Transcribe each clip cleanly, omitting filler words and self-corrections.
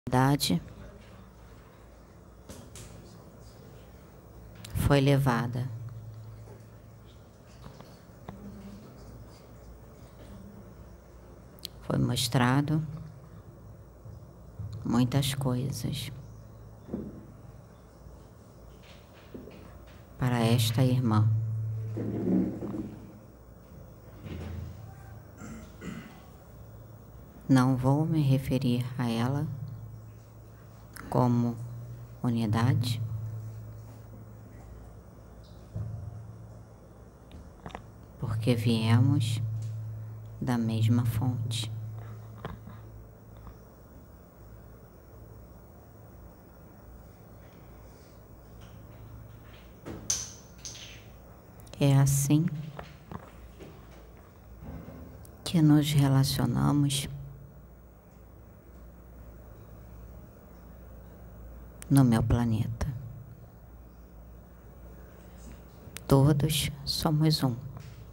humanidade foi levada. Foi mostrado muitas coisas para esta irmã. Não vou me referir a ela como unidade, porque viemos da mesma fonte. É assim que nos relacionamos no meu planeta. Todos somos um.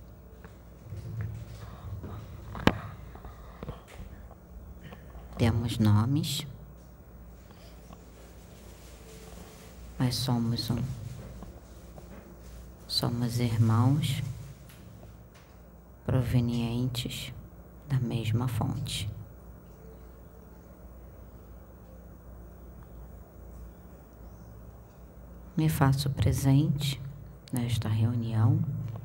Temos nomes, mas somos um. Somos irmãos provenientes da mesma fonte. Me faço presente nesta reunião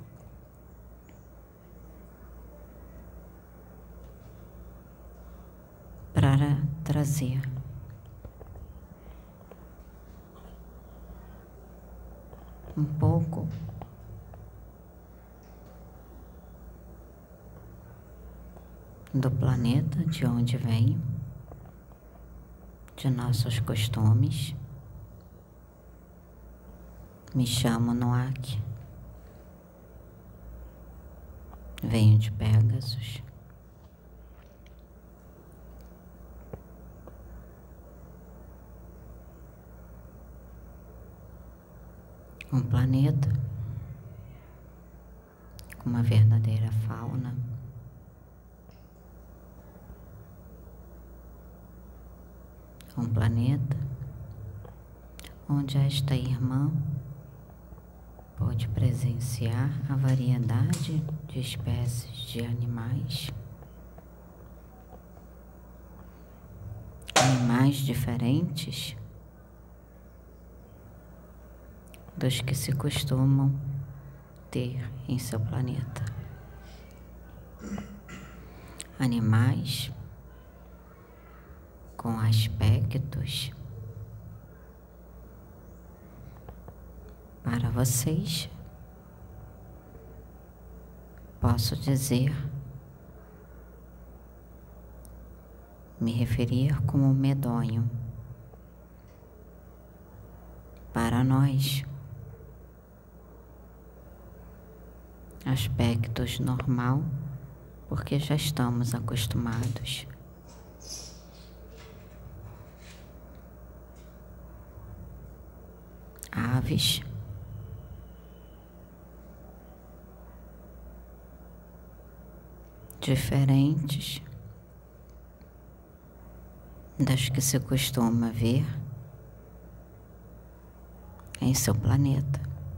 para trazer um pouco do planeta de onde venho, de nossos costumes. Me chamo Noak, venho de Pégasus. Um planeta com uma verdadeira fauna, um planeta onde esta irmã pode presenciar a variedade de espécies de animais, animais diferentes dos que se costumam ter em seu planeta. Animais com aspectos para vocês, posso dizer, me referir como medonho. Para nós, aspectos normal, porque já estamos acostumados. Aves, diferentes das que se costuma ver em seu planeta.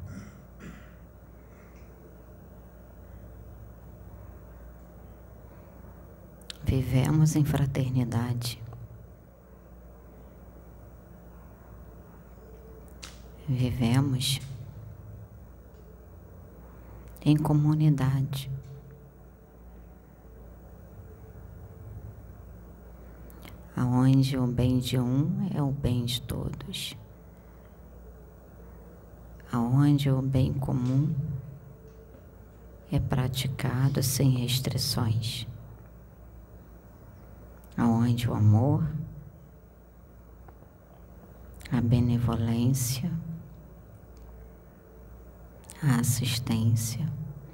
Vivemos em fraternidade. Vivemos em comunidade. Aonde o bem de um é o bem de todos. Aonde o bem comum é praticado sem restrições. Aonde o amor, a benevolência, a assistência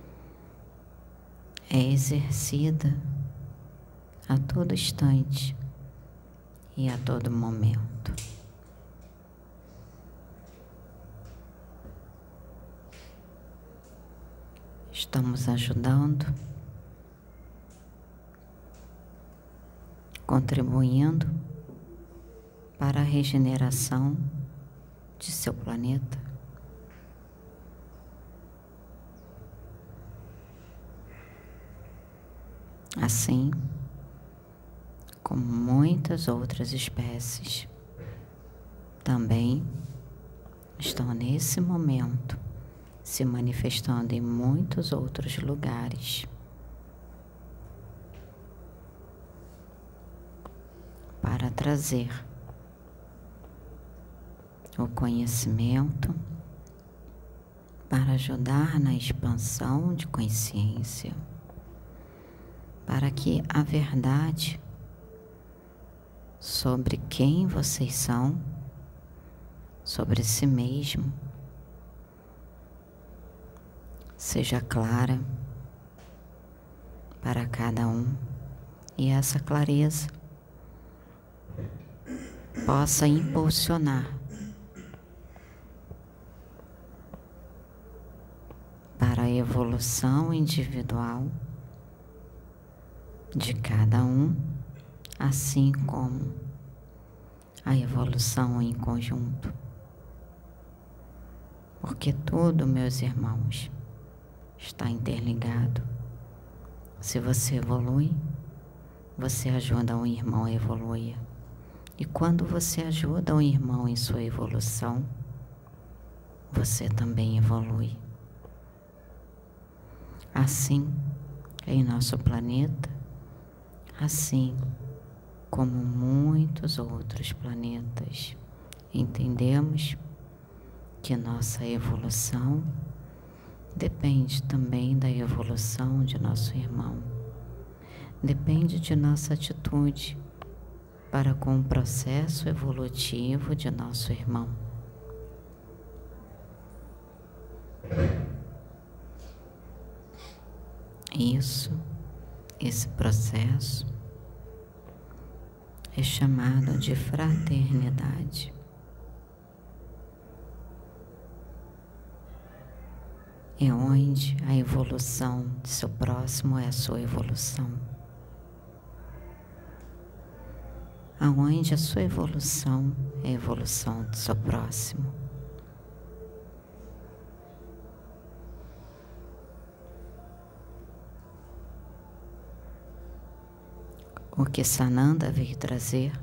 é exercida a todo instante e a todo momento. Estamos ajudando, contribuindo para a regeneração de seu planeta. Assim como muitas outras espécies também estão nesse momento se manifestando em muitos outros lugares para trazer o conhecimento, para ajudar na expansão de consciência, para que a verdade sobre quem vocês são, sobre si mesmo, seja clara para cada um, e essa clareza possa impulsionar para a evolução individual de cada um, assim como a evolução em conjunto. Porque tudo, meus irmãos, está interligado. Se você evolui, você ajuda um irmão a evoluir. E quando você ajuda um irmão em sua evolução, você também evolui. Assim, em nosso planeta, assim como muitos outros planetas, entendemos que nossa evolução depende também da evolução de nosso irmão. Depende de nossa atitude para com o processo evolutivo de nosso irmão. Esse processo é chamado de fraternidade. É onde a evolução de seu próximo é a sua evolução. Aonde a sua evolução é a evolução do seu próximo. O que Sananda veio trazer,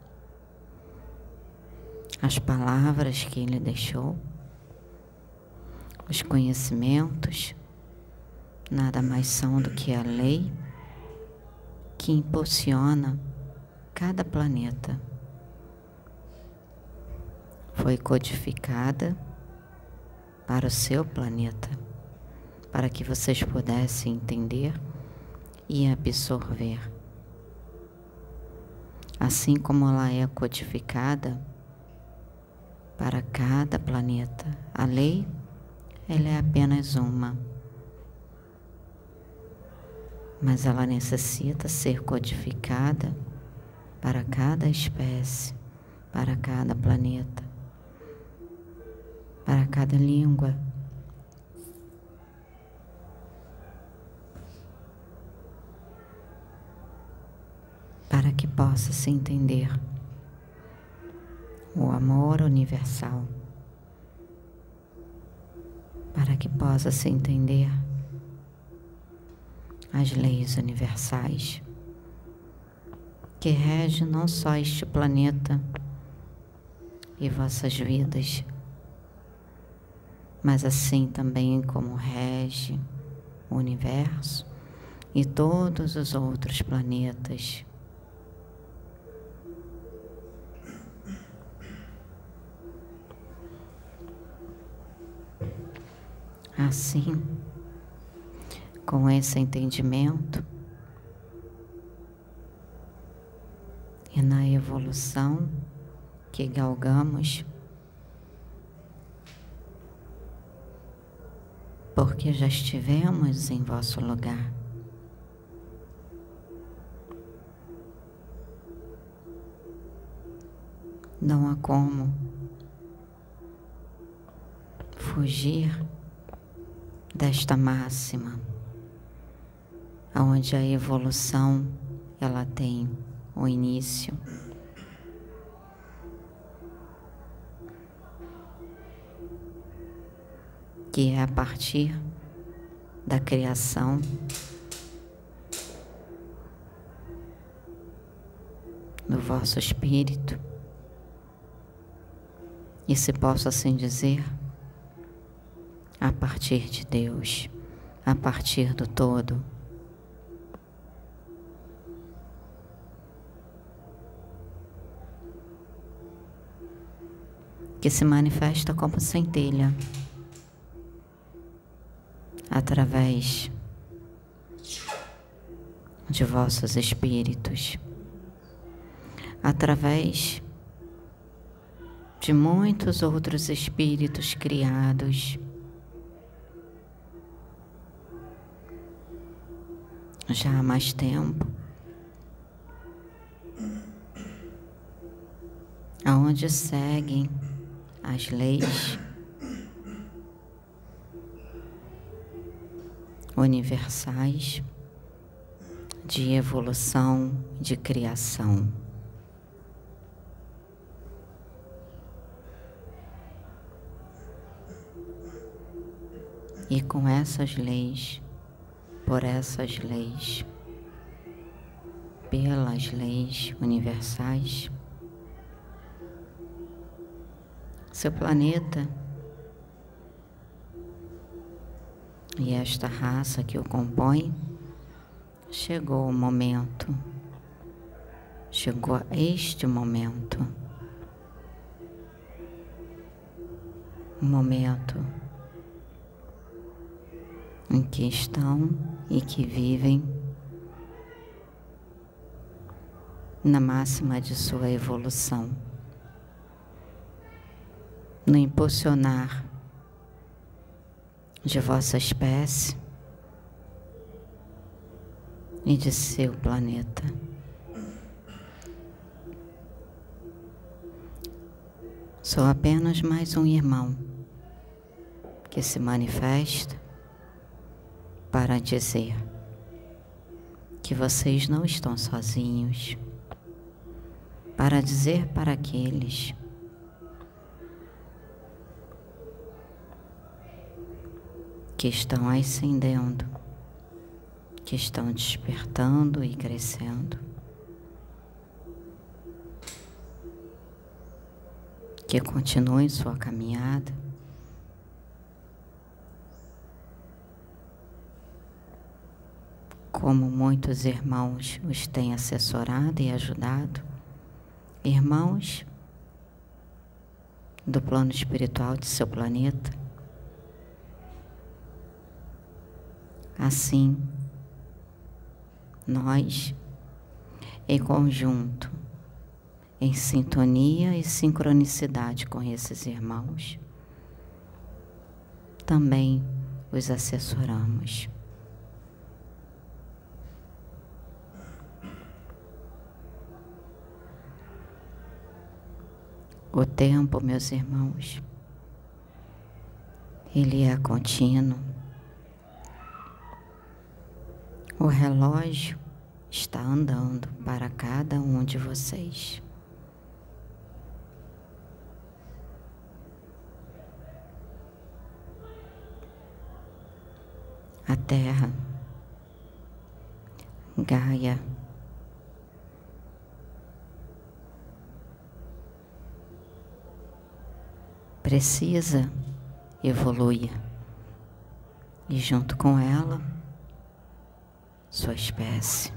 as palavras que ele deixou, os conhecimentos, nada mais são do que a lei que impulsiona cada planeta. Foi codificada para o seu planeta, para que vocês pudessem entender e absorver. Assim como ela é codificada para cada planeta, a lei, ela é apenas uma, mas ela necessita ser codificada para cada espécie, para cada planeta, para cada língua. Para que possa se entender o amor universal, para que possa se entender as leis universais que regem não só este planeta e vossas vidas, mas assim também como rege o universo e todos os outros planetas. Assim, com esse entendimento e na evolução que galgamos, porque já estivemos em vosso lugar, não há como fugir desta máxima, onde a evolução ela tem o início que é a partir da criação do vosso espírito, e, se posso assim dizer, a partir de Deus, a partir do todo. Que se manifesta como centelha através de vossos espíritos, através de muitos outros espíritos criados já há mais tempo, aonde seguem as leis universais de evolução, de criação. E com essas leis, por essas leis, pelas leis universais, seu planeta e esta raça que o compõe, chegou o momento, chegou este momento, o momento em que estão e que vivem na máxima de sua evolução, no impulsionar de vossa espécie e de seu planeta. Sou apenas mais um irmão que se manifesta para dizer que vocês não estão sozinhos, para dizer para aqueles que estão ascendendo, que estão despertando e crescendo, que continuem sua caminhada, como muitos irmãos os têm assessorado e ajudado, irmãos do plano espiritual de seu planeta. Assim, nós, em conjunto, em sintonia e sincronicidade com esses irmãos, também os assessoramos. O tempo, meus irmãos, ele é contínuo. O relógio está andando para cada um de vocês. A Terra, Gaia, precisa evoluir, e junto com ela, sua espécie.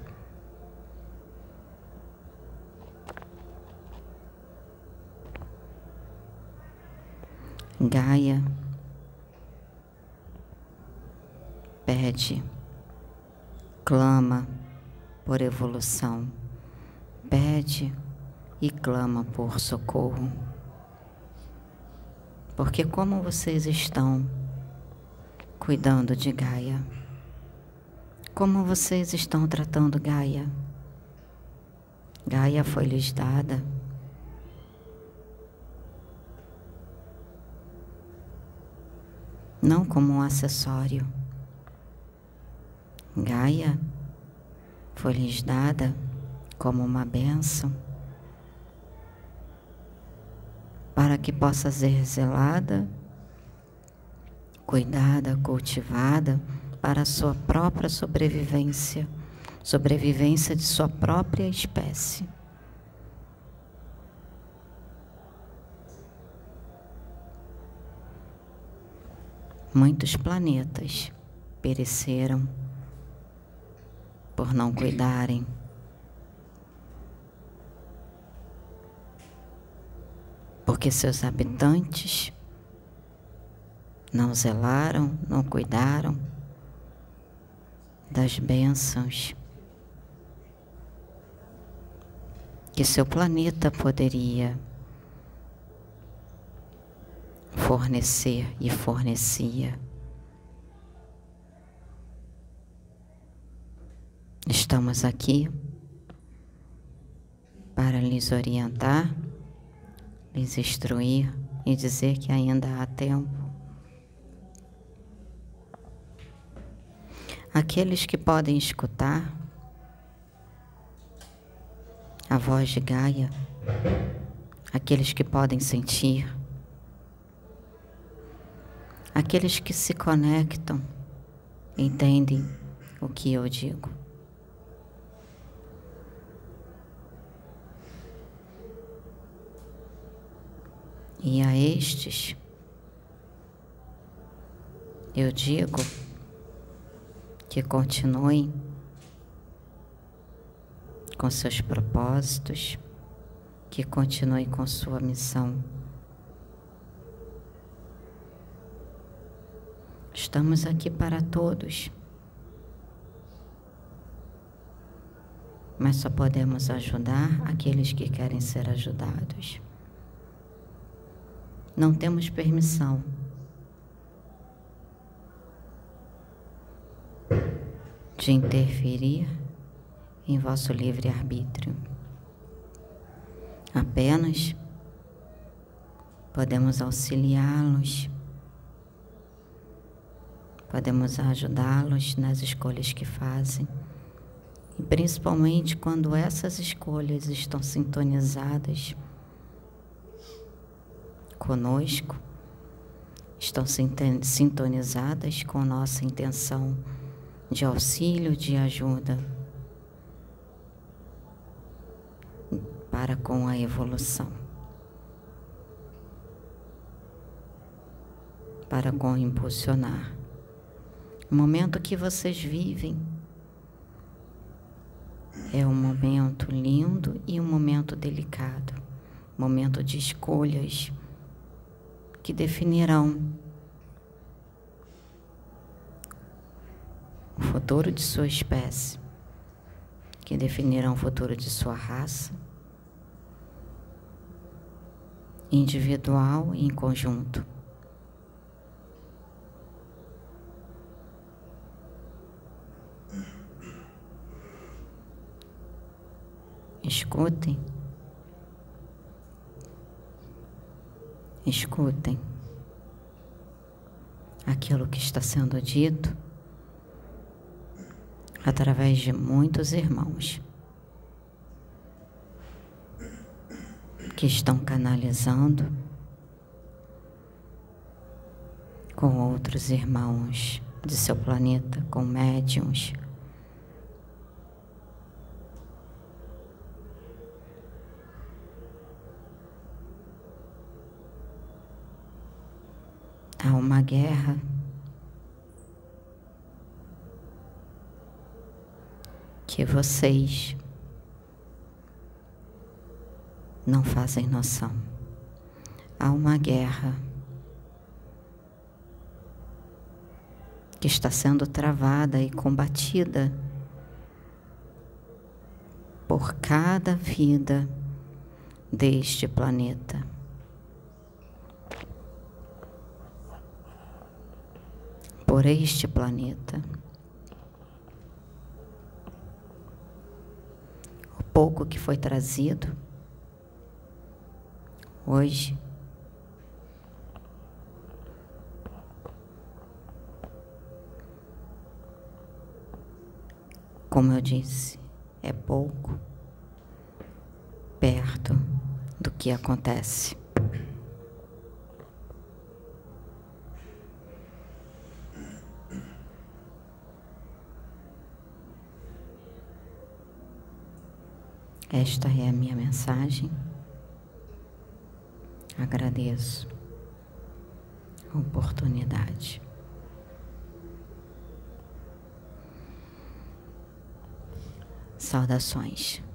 Gaia pede, clama por evolução, pede e clama por socorro. Porque como vocês estão cuidando de Gaia? Como vocês estão tratando Gaia? Gaia foi lhes dada não como um acessório. Gaia foi lhes dada como uma bênção para que possa ser zelada, cuidada, cultivada para a sua própria sobrevivência, sobrevivência de sua própria espécie. Muitos planetas pereceram por não cuidarem, porque seus habitantes não zelaram, não cuidaram das bênçãos que seu planeta poderia fornecer e fornecia. Estamos aqui para lhes orientar, lhes instruir e dizer que ainda há tempo. Aqueles que podem escutar a voz de Gaia, aqueles que podem sentir, aqueles que se conectam, entendem o que eu digo. E a estes, eu digo que continuem com seus propósitos, que continuem com sua missão. Estamos aqui para todos, mas só podemos ajudar aqueles que querem ser ajudados. Não temos permissão de interferir em vosso livre-arbítrio. Apenas podemos auxiliá-los, podemos ajudá-los nas escolhas que fazem, e principalmente quando essas escolhas estão sintonizadas conosco, estão sintonizadas com nossa intenção de auxílio, de ajuda para com a evolução, para com impulsionar. O momento que vocês vivem é um momento lindo e um momento delicado, momento de escolhas que definirão o futuro de sua espécie, que definirão o futuro de sua raça, individual e em conjunto. Escutem. Escutem aquilo que está sendo dito através de muitos irmãos que estão canalizando com outros irmãos de seu planeta, com médiuns. Há uma guerra que vocês não fazem noção. Há uma guerra que está sendo travada e combatida por cada vida deste planeta. Por este planeta. O pouco que foi trazido hoje como eu disse, é pouco perto do que acontece. Esta é a minha mensagem. Agradeço a oportunidade. Saudações.